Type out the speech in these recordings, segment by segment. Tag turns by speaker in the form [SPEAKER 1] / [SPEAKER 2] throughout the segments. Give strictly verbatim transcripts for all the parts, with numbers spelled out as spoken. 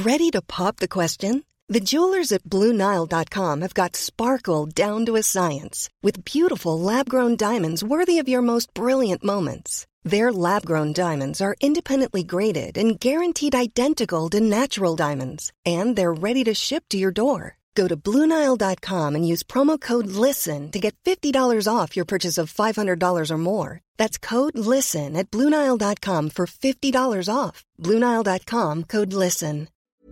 [SPEAKER 1] Ready to pop the question? The jewelers at Blue Nile dot com have got sparkle down to a science with beautiful lab-grown diamonds worthy of your most brilliant moments. Their lab-grown diamonds are independently graded and guaranteed identical to natural diamonds, and they're ready to ship to your door. Go to Blue Nile dot com and use promo code LISTEN to get fifty dollars off your purchase of five hundred dollars or more. That's code LISTEN at Blue Nile dot com for fifty dollars off. Blue Nile dot com, code LISTEN.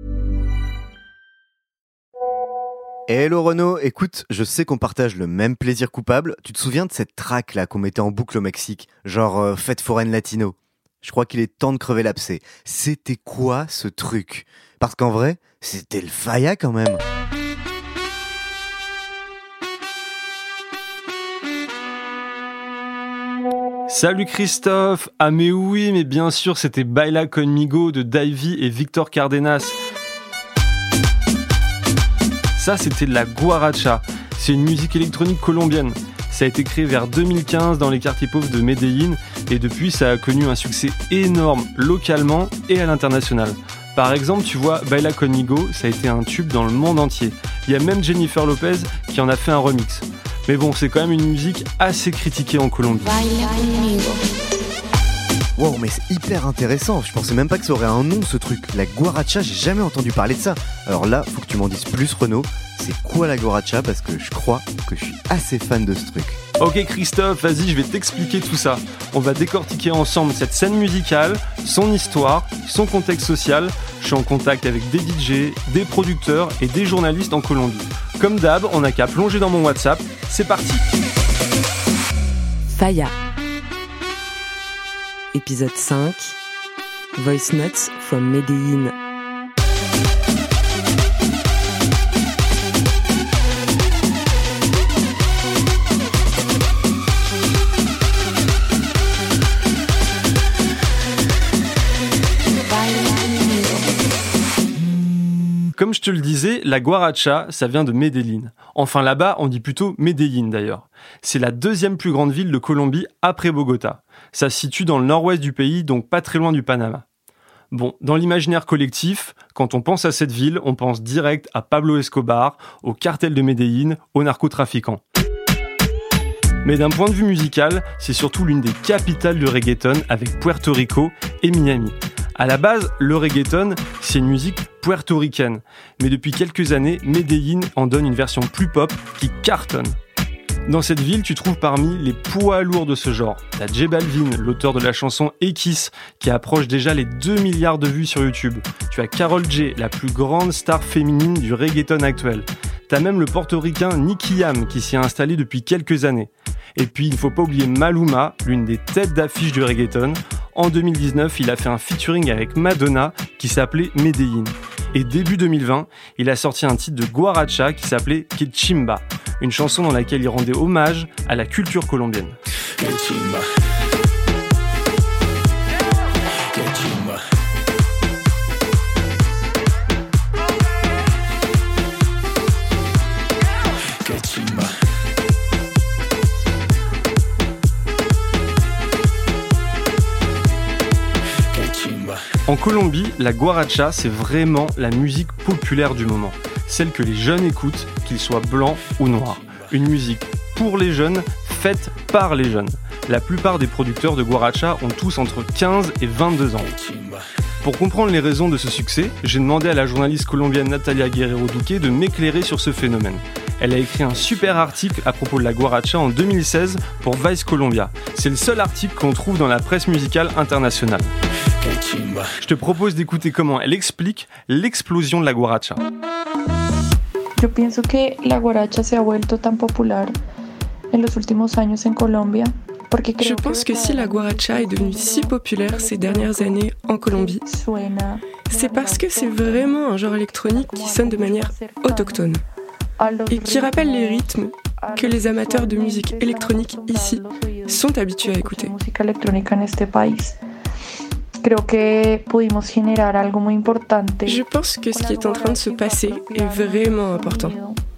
[SPEAKER 2] Hello Renaud, écoute, je sais qu'on partage le même plaisir coupable. Tu te souviens de cette track là qu'on mettait en boucle au Mexique, genre euh, fête foraine latino? Je crois qu'il est temps de crever l'abcès. C'était quoi ce truc? Parce qu'en vrai, c'était le faya quand même.
[SPEAKER 3] Salut Christophe. Ah mais oui, mais bien sûr, c'était Baila Conmigo de Davy et Victor Cardenas. Ça, c'était de la guaracha. C'est une musique électronique colombienne. Ça a été créé vers deux mille quinze dans les quartiers pauvres de Medellín et depuis, ça a connu un succès énorme localement et à l'international. Par exemple, tu vois, Baila Conmigo, ça a été un tube dans le monde entier. Il y a même Jennifer Lopez qui en a fait un remix. Mais bon, c'est quand même une musique assez critiquée en Colombie.
[SPEAKER 2] Wow, mais c'est hyper intéressant. Je pensais même pas que ça aurait un nom, ce truc. La guaracha, j'ai jamais entendu parler de ça. Alors là, faut que tu m'en dises plus, Renaud. C'est quoi la guaracha? Parce que je crois que je suis assez fan de ce truc.
[SPEAKER 3] Ok Christophe, vas-y, je vais t'expliquer tout ça. On va décortiquer ensemble cette scène musicale, son histoire, son contexte social. Je suis en contact avec des D J, des producteurs et des journalistes en Colombie. Comme d'hab, on n'a qu'à plonger dans mon WhatsApp. C'est parti.
[SPEAKER 4] Faya. Épisode cinq. Voice Notes from Medellín.
[SPEAKER 3] Comme je te le disais, la guaracha, ça vient de Medellín. Enfin là-bas, on dit plutôt Medellín d'ailleurs. C'est la deuxième plus grande ville de Colombie après Bogota. Ça se situe dans le nord-ouest du pays, donc pas très loin du Panama. Bon, dans l'imaginaire collectif, quand on pense à cette ville, on pense direct à Pablo Escobar, au cartel de Medellín, aux narcotrafiquants. Mais d'un point de vue musical, c'est surtout l'une des capitales du reggaeton avec Puerto Rico et Miami. À la base, le reggaeton, c'est une musique puertoricaine. Mais depuis quelques années, Medellín en donne une version plus pop qui cartonne. Dans cette ville, tu trouves parmi les poids lourds de ce genre. T'as J Balvin, l'auteur de la chanson X, qui approche déjà les deux milliards de vues sur YouTube. Tu as Karol G, la plus grande star féminine du reggaeton actuel. T'as même le portoricain Nicky Jam, qui s'y est installé depuis quelques années. Et puis, il ne faut pas oublier Maluma, l'une des têtes d'affiche du reggaeton. En deux mille dix-neuf, il a fait un featuring avec Madonna qui s'appelait Medellín. Et début deux mille vingt, il a sorti un titre de guaracha qui s'appelait Que Chimba, une chanson dans laquelle il rendait hommage à la culture colombienne. Que chimba. Que chimba. Que chimba. En Colombie, la guaracha, c'est vraiment la musique populaire du moment. Celle que les jeunes écoutent, qu'ils soient blancs ou noirs. Une musique pour les jeunes, faite par les jeunes. La plupart des producteurs de guaracha ont tous entre quinze et vingt-deux ans. Pour comprendre les raisons de ce succès, j'ai demandé à la journaliste colombienne Natalia Guerrero Duque de m'éclairer sur ce phénomène. Elle a écrit un super article à propos de la guaracha en deux mille seize pour Vice Colombia. C'est le seul article qu'on trouve dans la presse musicale internationale. Je te propose d'écouter comment elle explique l'explosion de la guaracha.
[SPEAKER 5] Yo pienso que la guaracha se ha vuelto tan popular en los últimos años en Colombia.
[SPEAKER 6] Je pense que si la guaracha est devenue si populaire ces dernières années en Colombie, c'est parce que c'est vraiment un genre électronique qui sonne de manière autochtone et qui rappelle les rythmes que les amateurs de musique électronique ici sont habitués à écouter. Je pense que ce qui est en train de se passer est vraiment important.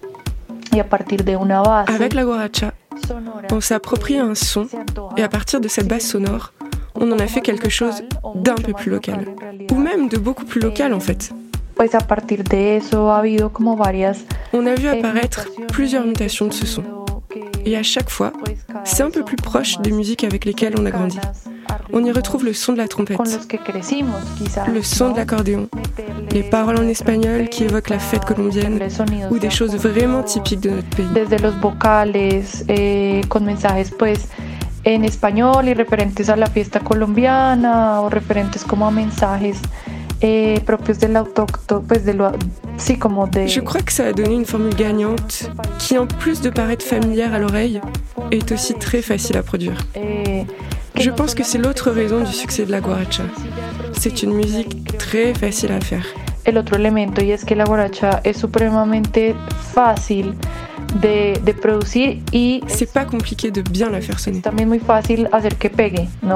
[SPEAKER 6] Avec la guaracha, on s'approprie un son et à partir de cette base sonore, on en a fait quelque chose d'un peu plus local. Ou même de beaucoup plus local en fait.
[SPEAKER 5] pues a partir de eso ha habido como varias.
[SPEAKER 6] On a vu apparaître plusieurs mutations de ce son. Et à chaque fois, c'est un peu plus proche des musiques avec lesquelles on a grandi. On y retrouve le son de la trompette, le son de l'accordéon, les paroles en espagnol qui évoquent la fête colombienne ou des choses vraiment typiques de notre pays.
[SPEAKER 5] Desde los vocales, eh, con mensajes pues en español y referentes a la fiesta colombiana o referentes como a mensajes eh, propios del autóctono, pues de lo, sí, como de...
[SPEAKER 6] Je crois que ça a donné une formule gagnante qui, en plus de paraître familière à l'oreille, est aussi très facile à produire.
[SPEAKER 5] Eh,
[SPEAKER 6] Je pense que c'est l'autre raison du succès de la guaracha. C'est une musique très facile à faire.
[SPEAKER 5] El otro elemento y es que la guaracha es supremamente fácil de, de producir y
[SPEAKER 6] c'est pas compliqué de bien la faire sonner.
[SPEAKER 5] Es también muy fácil hacer que pegue, ¿no?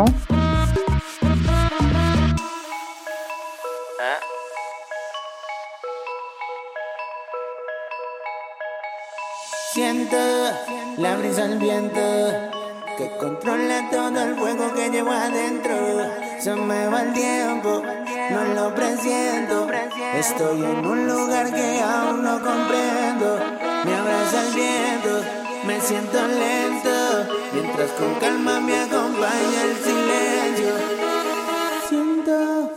[SPEAKER 7] Siento la brisa al viento que controla todo el fuego que llevo adentro. Se me va el tiempo, no lo presiento. Estoy en un lugar que aún no comprendo. Me abraza el viento, me siento lento, mientras con calma me acompaña el silencio. Siento.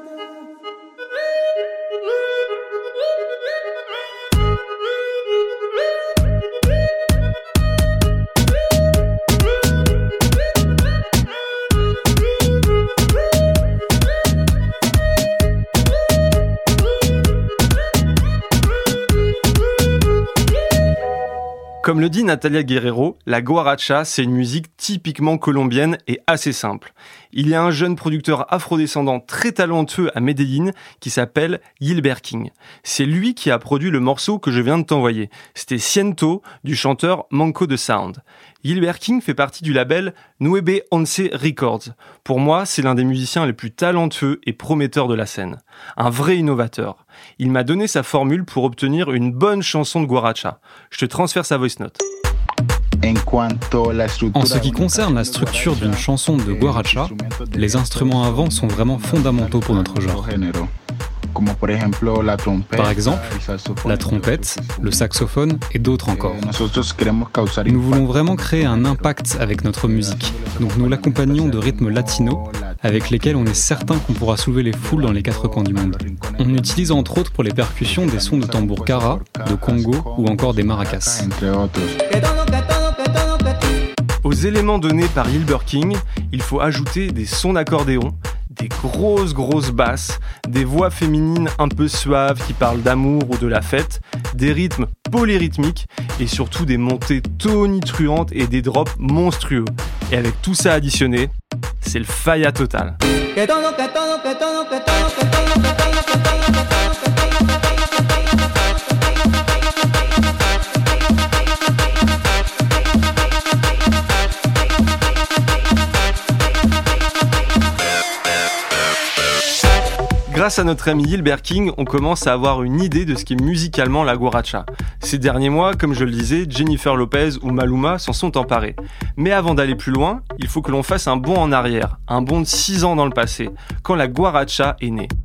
[SPEAKER 3] Comme le dit Natalia Guerrero, la guaracha, c'est une musique typiquement colombienne et assez simple. Il y a un jeune producteur afrodescendant très talentueux à Medellín qui s'appelle Gilbert King. C'est lui qui a produit le morceau que je viens de t'envoyer. C'était Siento du chanteur Manco de Sound. Gilbert King fait partie du label Nueve Once Records. Pour moi, c'est l'un des musiciens les plus talentueux et prometteurs de la scène. Un vrai innovateur. Il m'a donné sa formule pour obtenir une bonne chanson de guaracha. Je te transfère sa voice note.
[SPEAKER 8] En ce qui concerne la structure d'une chanson de guaracha, les instruments à vent sont vraiment fondamentaux pour notre genre. Par exemple, la trompette, le saxophone et d'autres encore. Nous voulons vraiment créer un impact avec notre musique, donc nous l'accompagnons de rythmes latinos avec lesquels on est certain qu'on pourra soulever les foules dans les quatre coins du monde. On utilise entre autres pour les percussions des sons de tambour cara, de congo ou encore des maracas.
[SPEAKER 3] Aux éléments donnés par Gilbert King, il faut ajouter des sons d'accordéon, des grosses grosses basses, des voix féminines un peu suaves qui parlent d'amour ou de la fête, des rythmes polyrythmiques et surtout des montées tonitruantes et des drops monstrueux. Et avec tout ça additionné, c'est le faya total. Grâce à notre ami Gilbert King, on commence à avoir une idée de ce qu'est musicalement la guaracha. Ces derniers mois, comme je le disais, Jennifer Lopez ou Maluma s'en sont emparés. Mais avant d'aller plus loin, il faut que l'on fasse un bond en arrière, un bond de six ans dans le passé, quand la guaracha est née.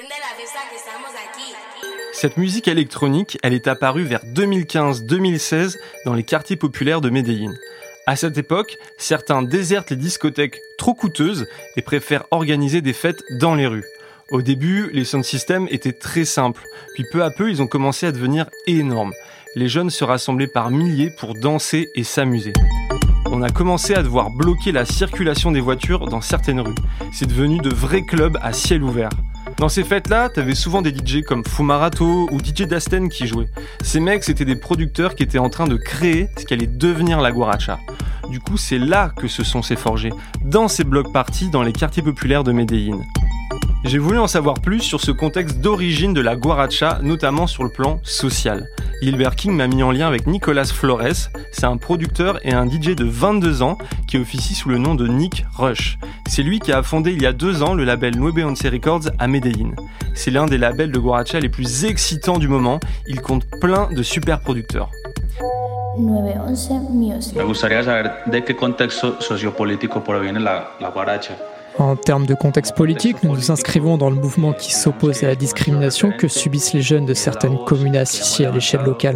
[SPEAKER 3] Cette musique électronique, elle est apparue vers deux mille quinze deux mille seize dans les quartiers populaires de Medellín. À cette époque, certains désertent les discothèques trop coûteuses et préfèrent organiser des fêtes dans les rues. Au début, les sound systems étaient très simples, puis peu à peu, ils ont commencé à devenir énormes. Les jeunes se rassemblaient par milliers pour danser et s'amuser. On a commencé à devoir bloquer la circulation des voitures dans certaines rues. C'est devenu de vrais clubs à ciel ouvert. Dans ces fêtes-là, t'avais souvent des D J comme Fumarato ou D J Dasten qui jouaient. Ces mecs, c'était des producteurs qui étaient en train de créer ce qu'allait devenir la guaracha. Du coup, c'est là que ce son s'est forgé, dans ces block parties dans les quartiers populaires de Medellín. J'ai voulu en savoir plus sur ce contexte d'origine de la guaracha, notamment sur le plan social. Gilbert King m'a mis en lien avec Nicolas Flores, c'est un producteur et un D J de vingt-deux ans qui officie sous le nom de Nick Rush. C'est lui qui a fondé il y a deux ans le label Nueve Once Records à Medellín. C'est l'un des labels de guaracha les plus excitants du moment, il compte plein de super producteurs.
[SPEAKER 9] nueve once Music. Me gustaría saber de qué contexto sociopolítico proviene la, la guaracha
[SPEAKER 10] En termes de contexte politique, nous nous inscrivons dans le mouvement qui s'oppose à la discrimination que subissent les jeunes de certaines communas ici à l'échelle locale.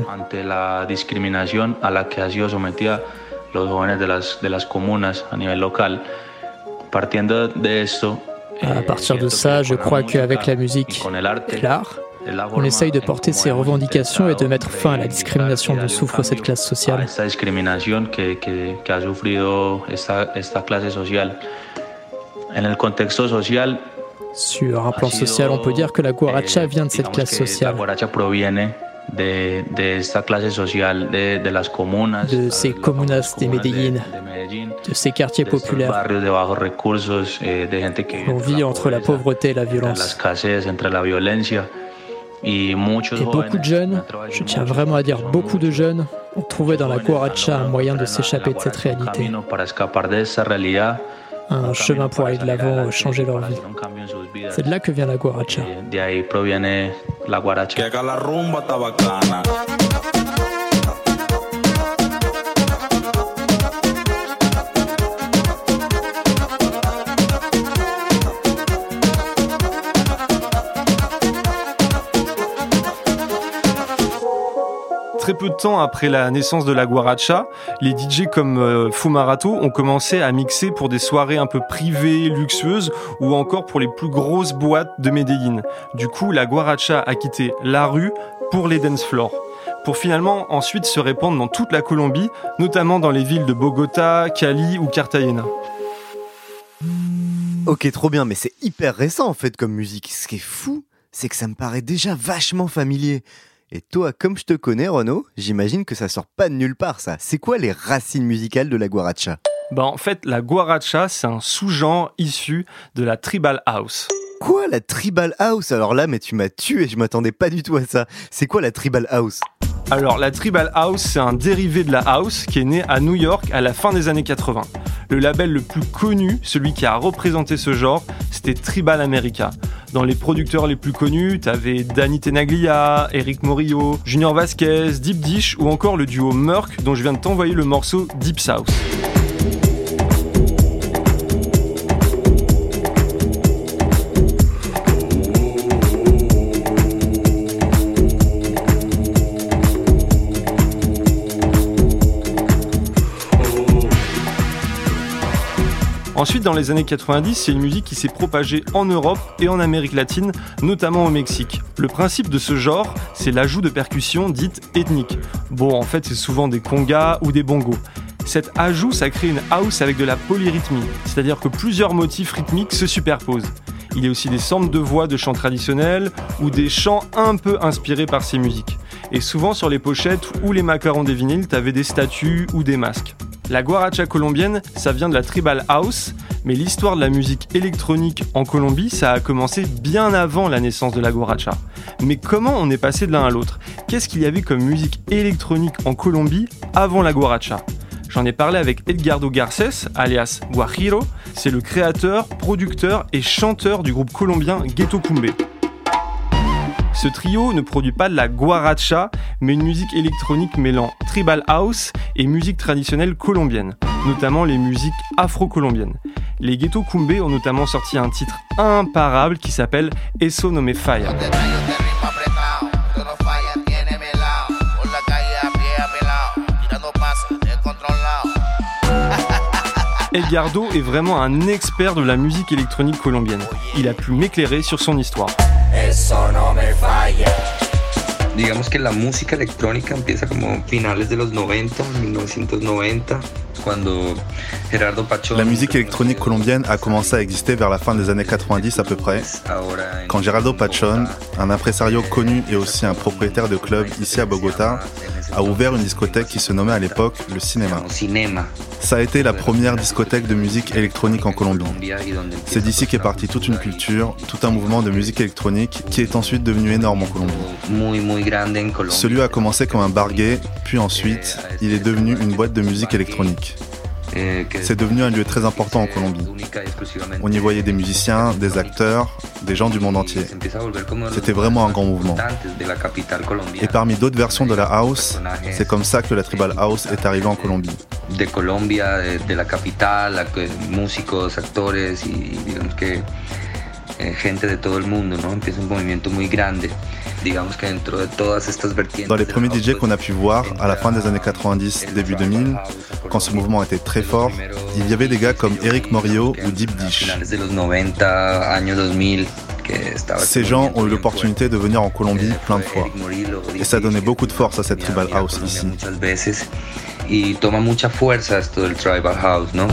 [SPEAKER 10] À partir de ça, je crois qu'avec la musique et l'art, on essaye de porter ces revendications et de mettre fin à la discrimination dont souffre cette classe sociale. Sur un plan social, on peut dire que la guaracha vient de cette classe sociale, de ces comunas de Medellín, de ces quartiers populaires où l'on vit entre la pauvreté et la violence. Et beaucoup de jeunes, je tiens vraiment à dire beaucoup de jeunes, ont trouvé dans la guaracha un moyen de s'échapper de cette réalité. Un chemin pour aller de l'avant, changer leur vie. C'est de là que vient la guaracha.
[SPEAKER 3] Très peu de temps après la naissance de la guaracha, les D J comme euh, Fumarato ont commencé à mixer pour des soirées un peu privées, luxueuses ou encore pour les plus grosses boîtes de Medellín. Du coup, la guaracha a quitté la rue pour les dance floors, pour finalement ensuite se répandre dans toute la Colombie, notamment dans les villes de Bogota, Cali ou Cartagena.
[SPEAKER 2] Ok, trop bien, mais c'est hyper récent en fait comme musique. Ce qui est fou, c'est que ça me paraît déjà vachement familier. Et toi, comme je te connais, Renaud, j'imagine que ça sort pas de nulle part, ça. C'est quoi les racines musicales de la guaracha ?
[SPEAKER 3] Bah en fait, la guaracha, c'est un sous-genre issu de la tribal house.
[SPEAKER 2] Quoi, la tribal house ? Alors là, mais tu m'as tué, je m'attendais pas du tout à ça. C'est quoi la tribal house ?
[SPEAKER 3] Alors, la tribal house, c'est un dérivé de la house qui est né à New York à la fin des années quatre-vingts. Le label le plus connu, celui qui a représenté ce genre, c'était Tribal America. Dans les producteurs les plus connus, t'avais Danny Tenaglia, Eric Morillo, Junior Vasquez, Deep Dish ou encore le duo Merck dont je viens de t'envoyer le morceau Deep South. Ensuite, dans les années quatre-vingt-dix, c'est une musique qui s'est propagée en Europe et en Amérique latine, notamment au Mexique. Le principe de ce genre, c'est l'ajout de percussions dites ethniques. Bon, en fait, c'est souvent des congas ou des bongos. Cet ajout, ça crée une house avec de la polyrythmie, c'est-à-dire que plusieurs motifs rythmiques se superposent. Il y a aussi des samples de voix de chants traditionnels ou des chants un peu inspirés par ces musiques. Et souvent, sur les pochettes ou les macarons des vinyles, t'avais des statues ou des masques. La guaracha colombienne, ça vient de la tribal house, mais l'histoire de la musique électronique en Colombie, ça a commencé bien avant la naissance de la guaracha. Mais comment on est passé de l'un à l'autre ? Qu'est-ce qu'il y avait comme musique électronique en Colombie avant la guaracha ? J'en ai parlé avec Edgardo Garcés, alias Guajiro. C'est le créateur, producteur et chanteur du groupe colombien Ghetto Cumbé. Ce trio ne produit pas de la guaracha, mais une musique électronique mêlant tribal house et musique traditionnelle colombienne, notamment les musiques afro-colombiennes. Les Ghetto Cumbé ont notamment sorti un titre imparable qui s'appelle Eso no me falla. Edgardo est vraiment un expert de la musique électronique colombienne. Il a pu m'éclairer sur son histoire.
[SPEAKER 11] Digamos que la música electrónica empieza como finales de los noventa, mil novecientos noventa, cuando Gerardo Pachón.
[SPEAKER 12] La musique électronique colombienne a commencé à exister vers la fin des années quatre-vingt-dix à peu près, quand Gerardo Pachón, un impresario connu et aussi un propriétaire de club ici à Bogota, a ouvert une discothèque qui se nommait à l'époque le Cinéma. Ça a été la première discothèque de musique électronique en Colombie. C'est d'ici qu'est partie toute une culture, tout un mouvement de musique électronique qui est ensuite devenu énorme en Colombie. Ce lieu a commencé comme un bar gay, puis ensuite, il est devenu une boîte de musique électronique. C'est devenu un lieu très important en Colombie. On y voyait des musiciens, des acteurs, des gens du monde entier. C'était vraiment un grand mouvement. Et parmi d'autres versions de la house, c'est comme ça que la tribal house est arrivée en Colombie.
[SPEAKER 11] De Colombia, de, de la capital, músicos, actores y digamos que eh, gente de todo el mundo, ¿no? Empieza un movimiento muy grande. Digamos que dentro de todas estas vertientes.
[SPEAKER 12] Dans les premiers D J qu'on a pu voir à la fin des années quatre-vingt-dix, début deux mille, quand ce mouvement était très fort, il y avait des gars comme Eric Morillo ou Deep Dish. Ces gens ont eu l'opportunité de venir en Colombie plein de fois. Et ça donnait beaucoup de force à cette tribal house ici.
[SPEAKER 11] Y toma mucha fuerza esto del tribal house, ¿no?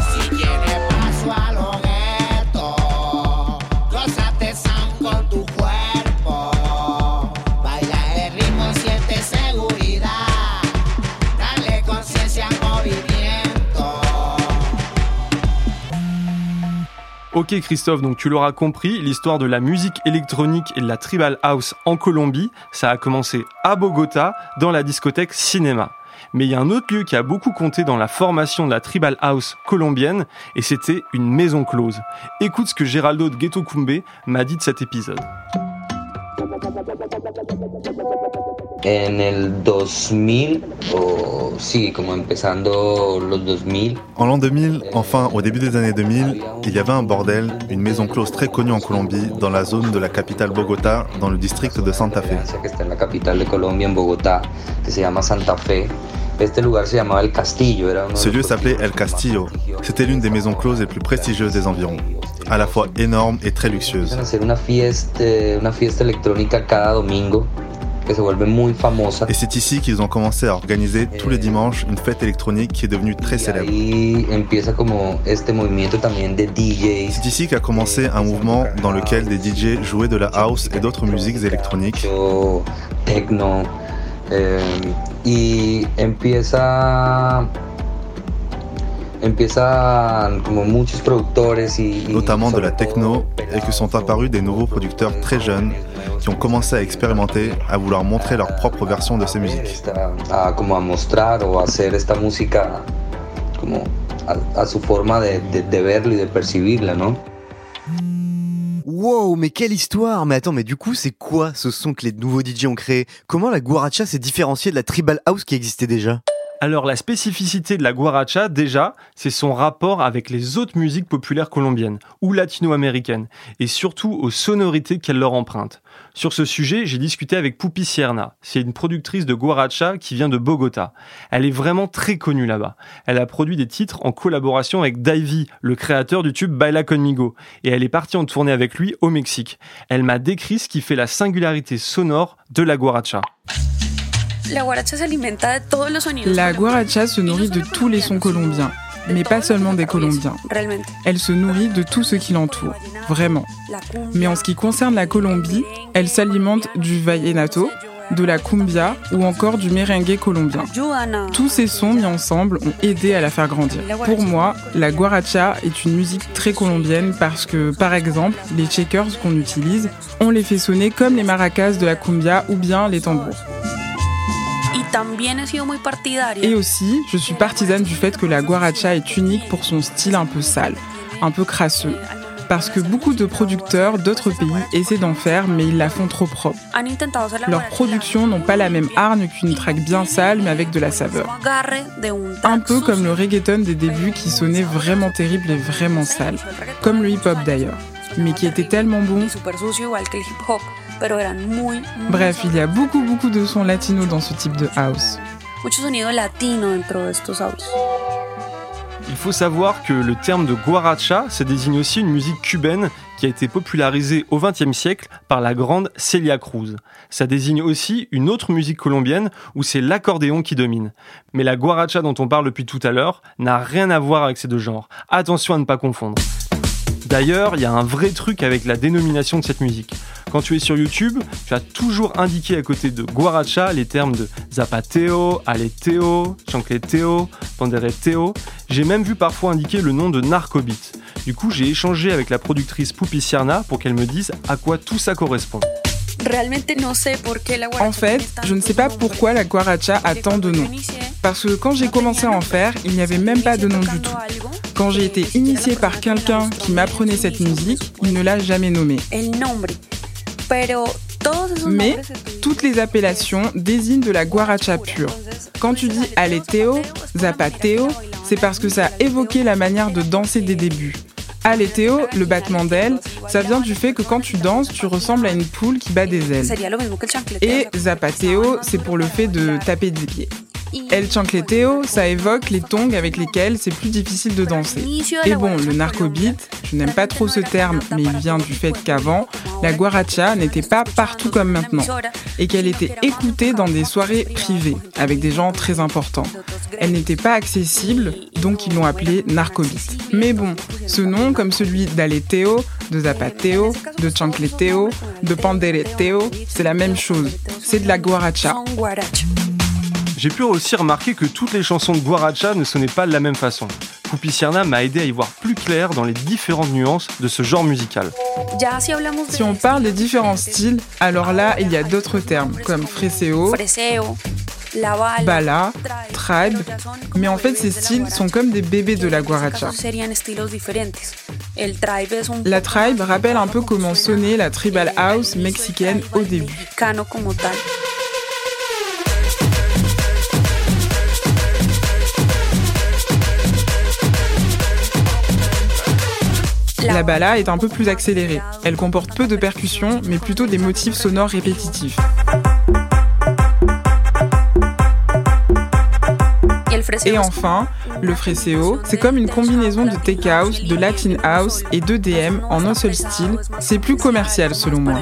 [SPEAKER 3] Ok Christophe, donc tu l'auras compris, l'histoire de la musique électronique et de la tribal house en Colombie, ça a commencé à Bogota, dans la discothèque Cinéma. Mais il y a un autre lieu qui a beaucoup compté dans la formation de la tribal house colombienne, et c'était une maison close. Écoute ce que Geraldo de Ghetto Cumbé m'a dit de cet épisode.
[SPEAKER 11] En el dos mil, o sí, como empezando los dos mil.
[SPEAKER 12] En l'an deux mille, enfin au début des années deux mille, il y avait un bordel, une maison close très connue en Colombie, dans la zone de la capitale Bogota, dans le district de Santa Fe.
[SPEAKER 11] Que está en la capital de Colombia, en Bogotá, que se llama Santa Fe. Este lugar se llamaba El Castillo.
[SPEAKER 12] Ce lieu s'appelait El Castillo. C'était l'une des maisons closes les plus prestigieuses des environs, à la fois énorme et très luxueuse.
[SPEAKER 11] Una fiesta, una fiesta electrónica cada domingo. Que se vuelve muy famosa.
[SPEAKER 12] Et c'est ici qu'ils ont commencé à organiser tous les dimanches une fête électronique qui est devenue très célèbre.
[SPEAKER 11] Como este movimiento también de D Js.
[SPEAKER 12] C'est ici qu'a commencé un mouvement dans lequel des D J jouaient de la house et d'autres musiques électroniques.
[SPEAKER 11] Techno. Eh, y empieza empiezan como muchos productores y,
[SPEAKER 12] notamment de la techno, et que sont apparus des nouveaux producteurs très jeunes qui ont commencé à expérimenter, à vouloir montrer leur propre version de ces musiques.
[SPEAKER 11] A, como a mostrar o a hacer esta música como a, a su forma de, de, de verlo y de percibirla, ¿no?
[SPEAKER 2] Wow, mais quelle histoire! Mais attends, mais du coup, c'est quoi ce son que les nouveaux D J ont créé? Comment la guaracha s'est différenciée de la tribal house qui existait déjà?
[SPEAKER 3] Alors la spécificité de la guaracha, déjà, c'est son rapport avec les autres musiques populaires colombiennes ou latino-américaines, et surtout aux sonorités qu'elle leur emprunte. Sur ce sujet, j'ai discuté avec Pupi Cierna. C'est une productrice de guaracha qui vient de Bogota. Elle est vraiment très connue là-bas. Elle a produit des titres en collaboration avec Davey, le créateur du tube Baila Conmigo, et elle est partie en tournée avec lui au Mexique. Elle m'a décrit ce qui fait la singularité sonore de la guaracha.
[SPEAKER 13] La guaracha se nourrit de tous les sons colombiens, mais pas seulement des Colombiens. Elle se nourrit de tout ce qui l'entoure, vraiment. Mais en ce qui concerne la Colombie, elle s'alimente du vallenato, de la cumbia ou encore du merengue colombien. Tous ces sons mis ensemble ont aidé à la faire grandir. Pour moi, la guaracha est une musique très colombienne parce que, par exemple, les shakers qu'on utilise, on les fait sonner comme les maracas de la cumbia ou bien les tambours. Et aussi, je suis partisane du fait que la guaracha est unique pour son style un peu sale, un peu crasseux. Parce que beaucoup de producteurs d'autres pays essaient d'en faire, mais ils la font trop propre. Leurs productions n'ont pas la même hargne qu'une track bien sale, mais avec de la saveur. Un peu comme le reggaeton des débuts qui sonnait vraiment terrible et vraiment sale. Comme le hip-hop d'ailleurs, mais qui était tellement bon. Bref, il y a beaucoup beaucoup de sons latinos dans ce type de house.
[SPEAKER 3] Il faut savoir que le terme de guaracha, ça désigne aussi une musique cubaine qui a été popularisée au vingtième siècle par la grande Celia Cruz. Ça désigne aussi une autre musique colombienne où c'est l'accordéon qui domine. Mais la guaracha dont on parle depuis tout à l'heure n'a rien à voir avec ces deux genres. Attention à ne pas confondre. D'ailleurs, il y a un vrai truc avec la dénomination de cette musique. Quand tu es sur YouTube, tu as toujours indiqué à côté de guaracha les termes de zapateo, aleteo, chancleteo, pandereteo. J'ai même vu parfois indiquer le nom de narcobeat. Du coup, j'ai échangé avec la productrice Pupi Cierna pour qu'elle me dise à quoi tout ça correspond.
[SPEAKER 13] En fait, je ne sais pas pourquoi la guaracha a tant de noms. Parce que quand j'ai commencé à en faire, il n'y avait même pas de nom du tout. Quand j'ai été initiée par quelqu'un qui m'apprenait cette musique, il ne l'a jamais nommée. Mais toutes les appellations désignent de la guaracha pure. Quand tu dis aleteo, zapateo, c'est parce que ça a évoqué la manière de danser des débuts. Aleteo, le battement d'ailes, ça vient du fait que quand tu danses, tu ressembles à une poule qui bat des ailes. Et zapateo, c'est pour le fait de taper des pieds. El chancleteo, ça évoque les tongs avec lesquels c'est plus difficile de danser. Et bon, le narcobeat, je n'aime pas trop ce terme, mais il vient du fait qu'avant, la guaracha n'était pas partout comme maintenant, et qu'elle était écoutée dans des soirées privées, avec des gens très importants. Elle n'était pas accessible, donc ils l'ont appelée narcobeat. Mais bon, ce nom, comme celui d'aleteo, de zapateo, de chancleteo, de pandereteo, c'est la même chose, c'est de la guaracha.
[SPEAKER 3] J'ai pu aussi remarquer que toutes les chansons de guaracha ne sonnaient pas de la même façon. Pupicierna m'a aidé à y voir plus clair dans les différentes nuances de ce genre musical.
[SPEAKER 13] Si on parle des différents styles, alors là, il y a d'autres termes, comme freseo, bala, tribe, mais en fait ces styles sont comme des bébés de la guaracha. La tribe rappelle un peu comment sonnait la tribal house mexicaine au début. La bala est un peu plus accélérée. Elle comporte peu de percussions, mais plutôt des motifs sonores répétitifs. Et enfin, le freseo, c'est comme une combinaison de tech house, de latin house et d'E D M en un seul style. C'est plus commercial selon moi.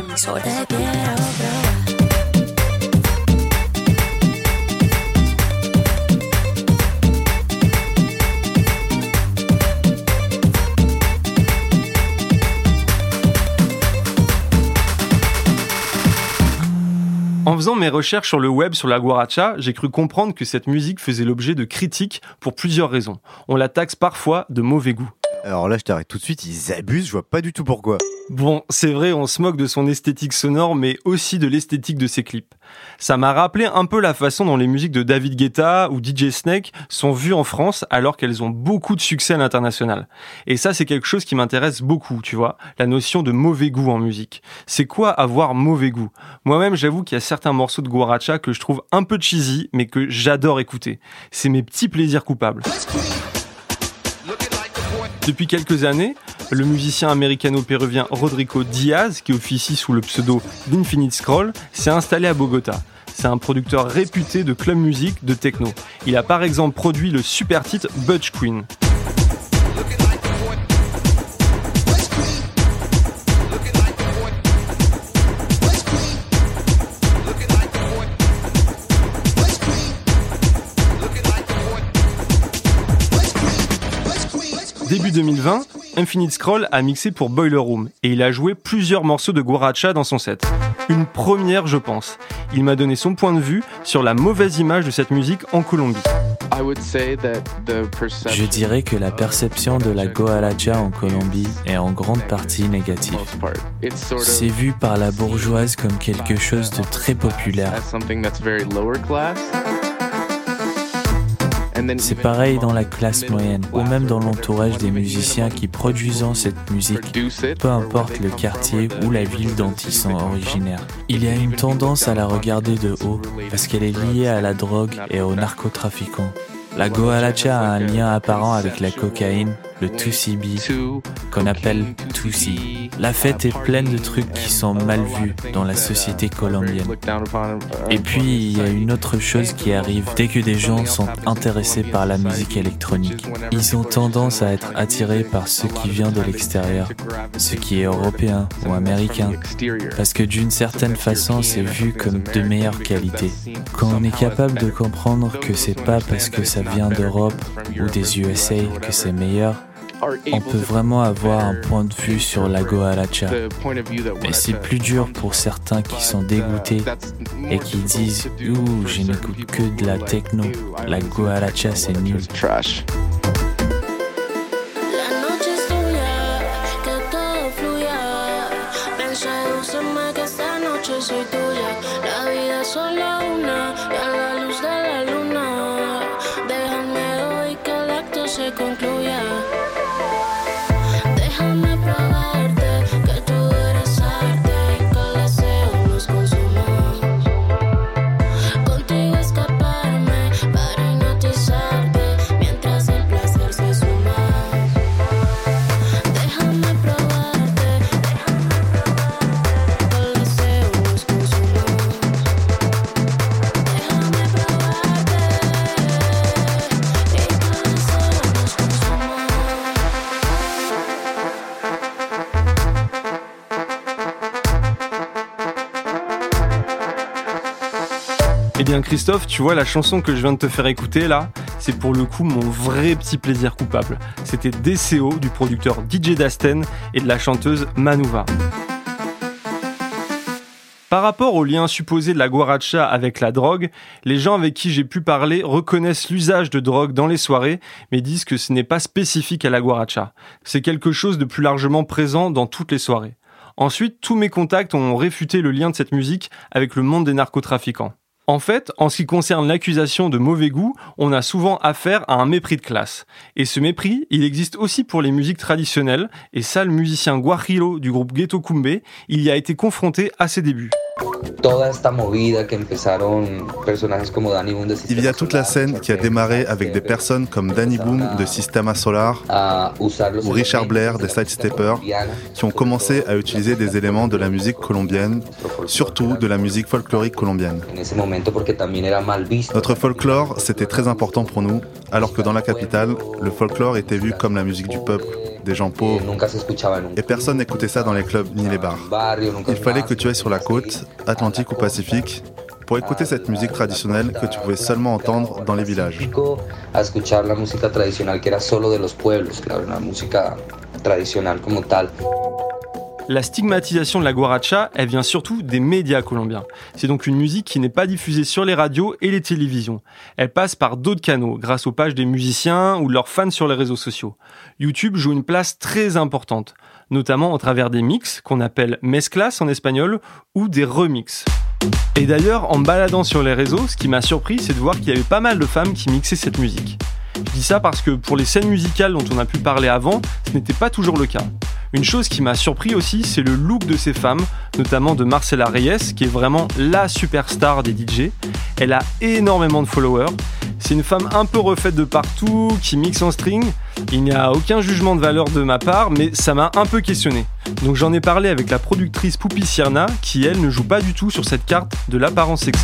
[SPEAKER 3] En faisant mes recherches sur le web sur la guaracha, j'ai cru comprendre que cette musique faisait l'objet de critiques pour plusieurs raisons. On la taxe parfois de mauvais goût.
[SPEAKER 2] Alors là, je t'arrête tout de suite, ils abusent, je vois pas du tout pourquoi.
[SPEAKER 3] Bon, c'est vrai, on se moque de son esthétique sonore, mais aussi de l'esthétique de ses clips. Ça m'a rappelé un peu la façon dont les musiques de David Guetta ou D J Snake sont vues en France alors qu'elles ont beaucoup de succès à l'international. Et ça, c'est quelque chose qui m'intéresse beaucoup, tu vois, la notion de mauvais goût en musique. C'est quoi avoir mauvais goût ? Moi-même, j'avoue qu'il y a certains morceaux de guaracha que je trouve un peu cheesy, mais que j'adore écouter. C'est mes petits plaisirs coupables. Depuis quelques années, le musicien américano-péruvien Rodrigo Diaz, qui officie sous le pseudo d'Infinite Scroll, s'est installé à Bogota. C'est un producteur réputé de club music, de techno. Il a par exemple produit le super titre Butch Queen. Début deux mille vingt, Infinite Scroll a mixé pour Boiler Room et il a joué plusieurs morceaux de guaracha dans son set. Une première, je pense. Il m'a donné son point de vue sur la mauvaise image de cette musique en Colombie.
[SPEAKER 14] Je dirais que la perception de la guaracha en Colombie est en grande partie négative. C'est vu par la bourgeoise comme quelque chose de très populaire. C'est pareil dans la classe moyenne, ou même dans l'entourage des musiciens qui produisent cette musique, peu importe le quartier ou la ville dont ils sont originaires. Il y a une tendance à la regarder de haut, parce qu'elle est liée à la drogue et aux narcotrafiquants. La guaracha a un lien apparent avec la cocaïne, le two C B, qu'on appelle two C. La fête est pleine de trucs qui sont mal vus dans la société colombienne. Et puis, il y a une autre chose qui arrive dès que des gens sont intéressés par la musique électronique. Ils ont tendance à être attirés par ce qui vient de l'extérieur, ce qui est européen ou américain, parce que d'une certaine façon, c'est vu comme de meilleure qualité. Quand on est capable de comprendre que c'est pas parce que ça vient d'Europe ou des U S A que c'est meilleur, on peut vraiment avoir un point de vue sur la guaracha. Mais c'est plus dur pour certains qui sont dégoûtés et qui disent « Ouh, je n'écoute que de la techno, la guaracha c'est nul ».
[SPEAKER 15] Soy tuya, la vida es solo una, y a la luz de la luna,
[SPEAKER 3] Eh bien Christophe, tu vois la chanson que je viens de te faire écouter là, c'est pour le coup mon vrai petit plaisir coupable. C'était D C O du producteur D J Dasten et de la chanteuse Manuva. Par rapport au lien supposé de la guaracha avec la drogue, les gens avec qui j'ai pu parler reconnaissent l'usage de drogue dans les soirées, mais disent que ce n'est pas spécifique à la guaracha. C'est quelque chose de plus largement présent dans toutes les soirées. Ensuite, tous mes contacts ont réfuté le lien de cette musique avec le monde des narcotrafiquants. En fait, en ce qui concerne l'accusation de mauvais goût, on a souvent affaire à un mépris de classe. Et ce mépris, il existe aussi pour les musiques traditionnelles, et ça, le musicien Guajiro du groupe Ghetto Kumbe, il y a été confronté à ses débuts.
[SPEAKER 12] Il y a toute la scène qui a démarré avec des personnes comme Danny Boom de Sistema Solar ou Richard Blair des Sidesteppers qui ont commencé à utiliser des éléments de la musique colombienne, surtout de la musique folklorique colombienne. Notre folklore, c'était très important pour nous, alors que dans la capitale, le folklore était vu comme la musique du peuple, des gens pauvres, et personne n'écoutait ça dans les clubs ni les bars. Il fallait que tu ailles sur la côte, Atlantique ou Pacifique, pour écouter cette musique traditionnelle que tu pouvais seulement entendre dans les villages.
[SPEAKER 3] La stigmatisation de la guaracha, elle vient surtout des médias colombiens. C'est donc une musique qui n'est pas diffusée sur les radios et les télévisions. Elle passe par d'autres canaux, grâce aux pages des musiciens ou de leurs fans sur les réseaux sociaux. YouTube joue une place très importante, notamment au travers des mix, qu'on appelle mezclas en espagnol, ou des remixes. Et d'ailleurs, en me baladant sur les réseaux, ce qui m'a surpris, c'est de voir qu'il y avait pas mal de femmes qui mixaient cette musique. Je dis ça parce que pour les scènes musicales dont on a pu parler avant, ce n'était pas toujours le cas. Une chose qui m'a surpris aussi, c'est le look de ces femmes, notamment de Marcela Reyes, qui est vraiment la superstar des D J. Elle a énormément de followers. C'est une femme un peu refaite de partout, qui mixe en string. Il n'y a aucun jugement de valeur de ma part, mais ça m'a un peu questionné. Donc j'en ai parlé avec la productrice Pupi Cierna, qui elle ne joue pas du tout sur cette carte de l'apparence sexy.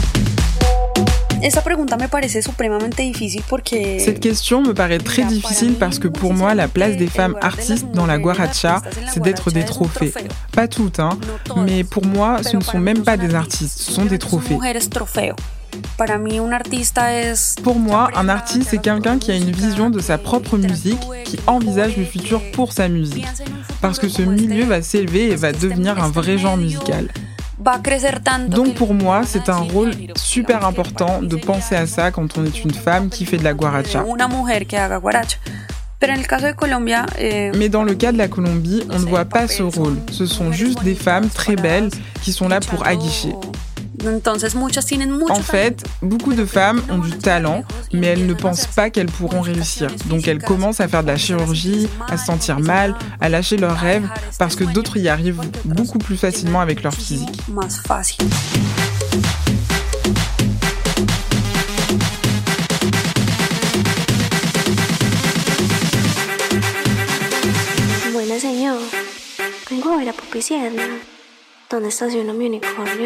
[SPEAKER 13] Cette question me paraît très difficile parce que pour moi, la place des femmes artistes dans la guaracha, c'est d'être des trophées. Pas toutes, hein, mais pour moi, ce ne sont même pas des artistes, ce sont des trophées. Pour moi, un artiste, c'est quelqu'un qui a une vision de sa propre musique, qui envisage le futur pour sa musique. Parce que ce milieu va s'élever et va devenir un vrai genre musical. Donc pour moi, c'est un rôle super important de penser à ça quand on est une femme qui fait de la guaracha. Mais dans le cas de la Colombie, on ne voit pas ce rôle. Ce sont juste des femmes très belles qui sont là pour aguicher. En fait, beaucoup de femmes ont du talent, mais elles ne pensent pas qu'elles pourront réussir. Donc elles commencent à faire de la chirurgie, à se sentir mal, à lâcher leurs rêves, parce que d'autres y arrivent beaucoup plus facilement avec leur physique.
[SPEAKER 9] Buenas, señor. Vengo a ver a Pupi Cierna. ¿Dónde estaciona mi unicornio?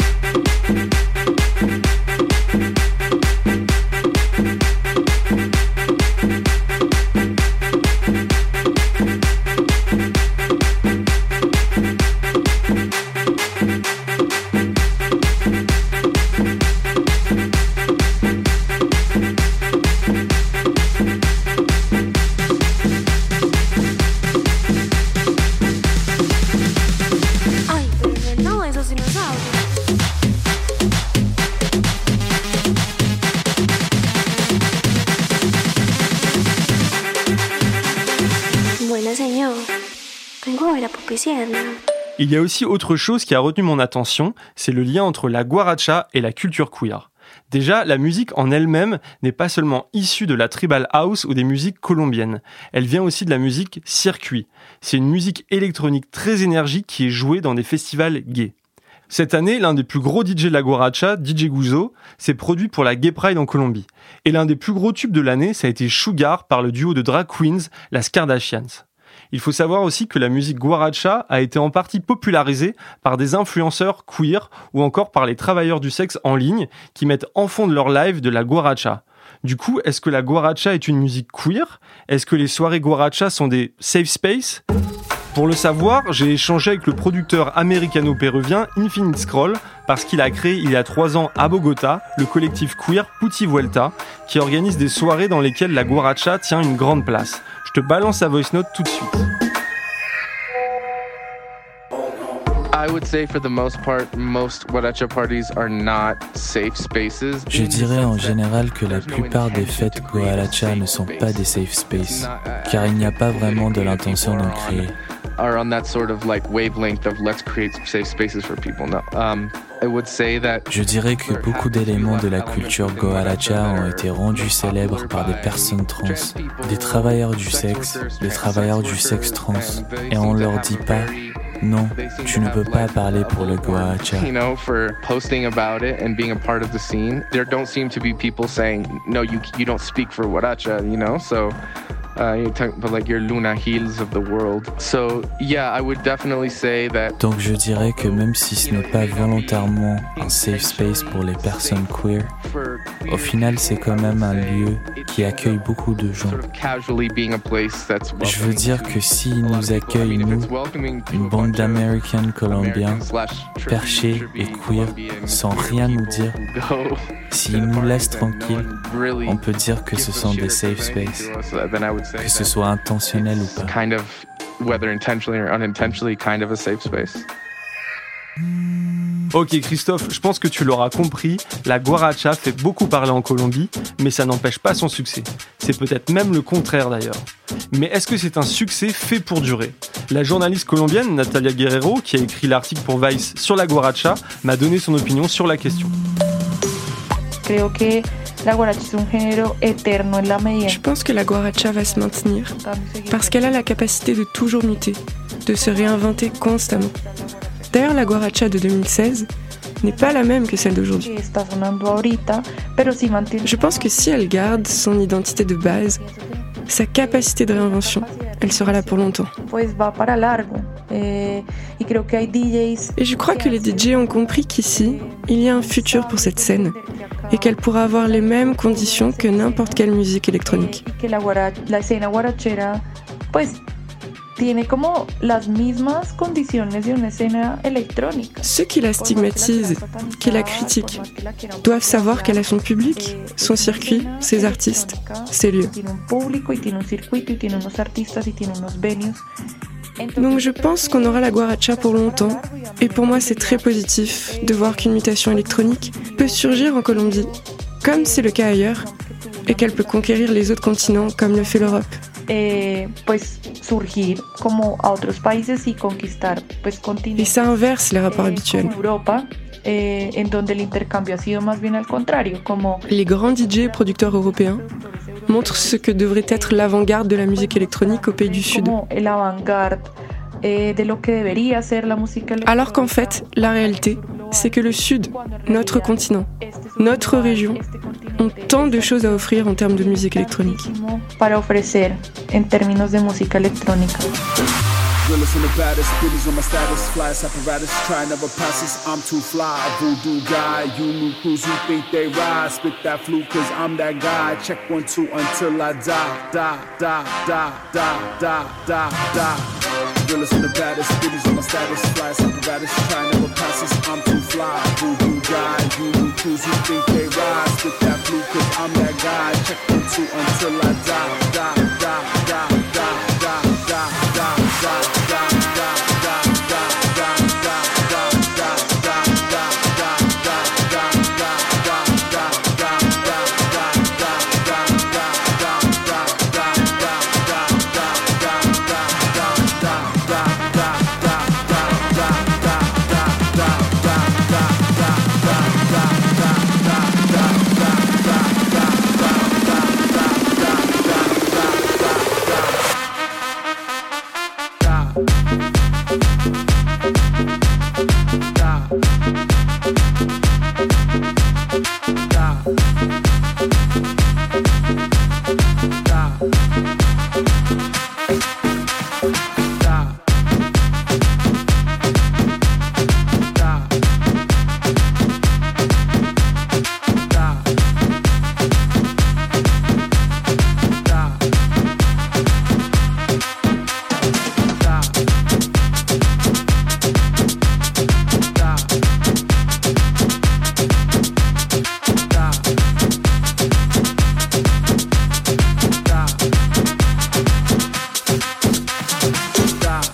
[SPEAKER 3] Il y a aussi autre chose qui a retenu mon attention, c'est le lien entre la guaracha et la culture queer. Déjà, la musique en elle-même n'est pas seulement issue de la tribal house ou des musiques colombiennes. Elle vient aussi de la musique circuit. C'est une musique électronique très énergique qui est jouée dans des festivals gays. Cette année, l'un des plus gros D J de la guaracha, D J Gouzo, s'est produit pour la Gay Pride en Colombie. Et l'un des plus gros tubes de l'année, ça a été Sugar par le duo de drag queens, las Kardashians. Il faut savoir aussi que la musique guaracha a été en partie popularisée par des influenceurs queer ou encore par les travailleurs du sexe en ligne qui mettent en fond de leur live de la guaracha. Du coup, est-ce que la guaracha est une musique queer ? Est-ce que les soirées guaracha sont des safe space ? Pour le savoir, j'ai échangé avec le producteur américano-péruvien Infinite Scroll parce qu'il a créé il y a trois ans à Bogota le collectif queer Puti Vuelta qui organise des soirées dans lesquelles la guaracha tient une grande place. Je te balance sa voice note tout de suite.
[SPEAKER 14] Je dirais en général que la plupart des fêtes guaracha ne sont pas des safe spaces, car il n'y a pas vraiment de l'intention d'en créer. Je dirais que beaucoup d'éléments de la culture guaracha ont été rendus célèbres par des personnes trans, des travailleurs du sexe, des travailleurs du sexe trans, et on leur dit pas non, tu ne peux pas parler pour le guaracha. You know, for posting about it and being a part of the scene, there don't seem to be people saying, no, you you don't speak for guaracha, you know, so uh, you're talking about like your Luna Hills of the world. So yeah, I would definitely say that. Donc je dirais que même si ce n'est pas volontairement un safe space pour les personnes queer, au final c'est quand même un lieu qui accueille beaucoup de gens. Je veux dire que s'ils nous accueillent, nous, une bande d'American colombiens, perchés et queer, sans rien nous dire, s'ils nous laissent tranquilles, on peut dire que ce sont des safe spaces, que ce soit intentionnel ou pas.
[SPEAKER 3] Ok Christophe, je pense que tu l'auras compris, la guaracha fait beaucoup parler en Colombie, mais ça n'empêche pas son succès. C'est peut-être même le contraire d'ailleurs. Mais est-ce que c'est un succès fait pour durer ? La journaliste colombienne Natalia Guerrero, qui a écrit l'article pour Vice sur la guaracha, m'a donné son opinion sur la question.
[SPEAKER 6] Je pense que la guaracha va se maintenir, parce qu'elle a la capacité de toujours muter, de se réinventer constamment. D'ailleurs, la guaracha de deux mille seize n'est pas la même que celle d'aujourd'hui. Je pense que si elle garde son identité de base, sa capacité de réinvention, elle sera là pour longtemps. Et je crois que les D J ont compris qu'ici, il y a un futur pour cette scène et qu'elle pourra avoir les mêmes conditions que n'importe quelle musique électronique. Ceux qui la stigmatisent, qui la critiquent, doivent savoir qu'elle a son public, son circuit, ses artistes, ses lieux. Donc je pense qu'on aura la guaracha pour longtemps, et pour moi c'est très positif de voir qu'une mutation électronique peut surgir en Colombie, comme c'est le cas ailleurs, et qu'elle peut conquérir les autres continents comme le fait l'Europe. Et ça inverse les rapports habituels. Les grands D J et producteurs européens montrent ce que devrait être l'avant-garde de la musique électronique aux pays du Sud. Alors qu'en fait, la réalité, c'est que le Sud, notre continent, notre région, ont tant de choses à offrir en termes de musique électronique.
[SPEAKER 15] Realest and the baddest, bitties on my status, flies apparatus, try never passes, I'm too fly, voodoo guy, you new crews who think they ride, spit that flu cause I'm that guy, check one, two until I die, die, die, die, die, die, die, die. Realest and the baddest, bitties on my status, flies apparatus, try never passes, I'm too fly, voodoo guy, you new crews who think they ride, spit that flu cause I'm that guy, check one, two until I die, die, die, die, die, die, die, die, die.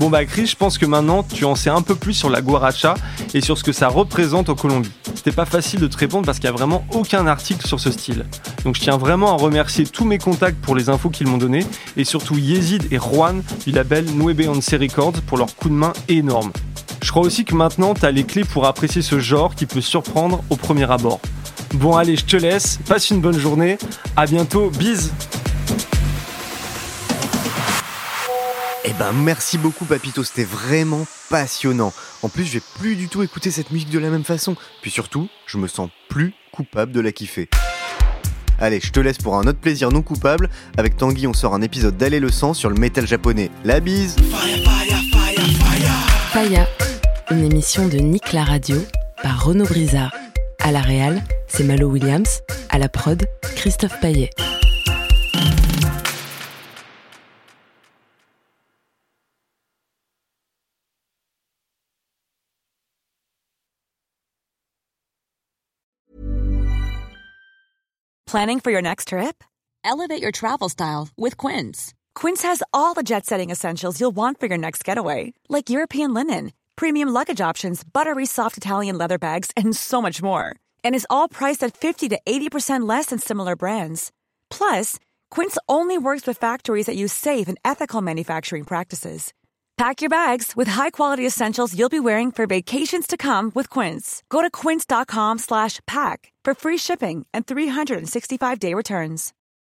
[SPEAKER 3] Bon bah Chris, je pense que maintenant tu en sais un peu plus sur la guaracha et sur ce que ça représente en Colombie. C'était pas facile de te répondre parce qu'il n'y a vraiment aucun article sur ce style. Donc je tiens vraiment à remercier tous mes contacts pour les infos qu'ils m'ont données et surtout Yezid et Juan du label Nueve Once Records pour leur coup de main énorme. Je crois aussi que maintenant t'as les clés pour apprécier ce genre qui peut surprendre au premier abord. Bon allez, je te laisse, passe une bonne journée, à bientôt, bise.
[SPEAKER 2] Eh ben merci beaucoup Papito, c'était vraiment passionnant. En plus, je vais plus du tout écouter cette musique de la même façon. Puis surtout, je me sens plus coupable de la kiffer. Allez, je te laisse pour un autre plaisir non coupable. Avec Tanguy, on sort un épisode d'Aller le sang sur le métal japonais. La bise.
[SPEAKER 4] Faya, une émission de Nick la radio par Renaud Brizard. À la réal, c'est Malo Williams. À la prod, Christophe Paillet.
[SPEAKER 16] Planning for your next trip? Elevate your travel style with Quince. Quince has all the jet-setting essentials you'll want for your next getaway, like European linen, premium luggage options, buttery soft Italian leather bags, and so much more. And is all priced at fifty to eighty percent less than similar brands. Plus, Quince only works with factories that use safe and ethical manufacturing practices. Pack your bags with high-quality essentials you'll be wearing for vacations to come with Quince. Go to quince.com slash pack for free shipping and three sixty-five day returns.